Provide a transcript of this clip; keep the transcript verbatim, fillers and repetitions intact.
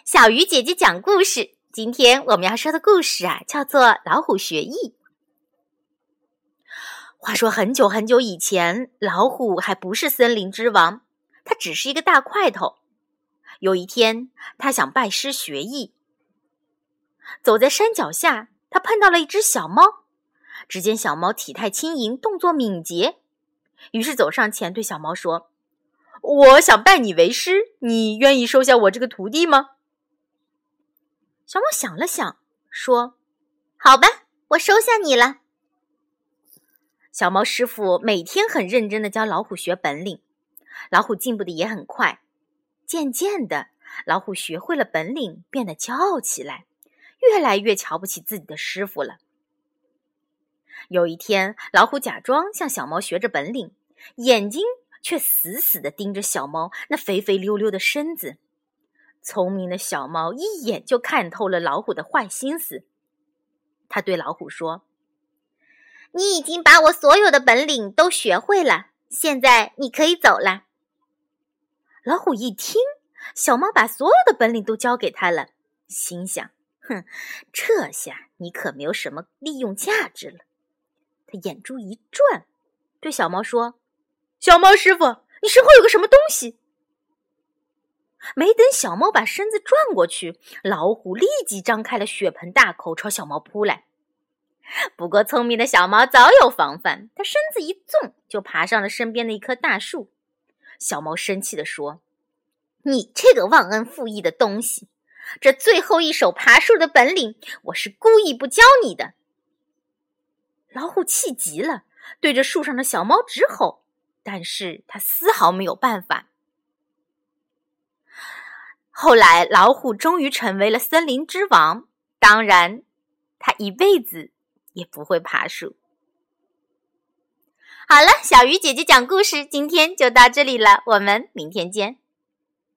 小鱼姐姐讲故事。今天我们要说的故事啊，叫做《老虎学艺》。话说很久很久以前，老虎还不是森林之王，它只是一个大块头。有一天，他想拜师学艺。走在山脚下，他碰到了一只小猫。只见小猫体态轻盈，动作敏捷，于是走上前对小猫说：我想拜你为师，你愿意收下我这个徒弟吗？小猫想了想，说：好吧，我收下你了。小猫师傅每天很认真地教老虎学本领，老虎进步的也很快。渐渐的，老虎学会了本领，变得骄傲起来，越来越瞧不起自己的师傅了。有一天，老虎假装向小猫学着本领，眼睛却死死地盯着小猫那肥肥溜溜的身子。聪明的小猫一眼就看透了老虎的坏心思。他对老虎说：你已经把我所有的本领都学会了，现在你可以走了。老虎一听，小猫把所有的本领都教给他了，心想：哼，这下你可没有什么利用价值了。他眼珠一转，对小猫说：小猫师傅，你身后有个什么东西？没等小猫把身子转过去，老虎立即张开了血盆大口朝小猫扑来。不过聪明的小猫早有防范，它身子一纵，就爬上了身边的一棵大树。小猫生气地说：你这个忘恩负义的东西，这最后一手爬树的本领，我是故意不教你的。老虎气极了，对着树上的小猫直吼，但是他丝毫没有办法。后来，老虎终于成为了森林之王，当然，他一辈子也不会爬树。好了，小鱼姐姐讲故事，今天就到这里了，我们明天见。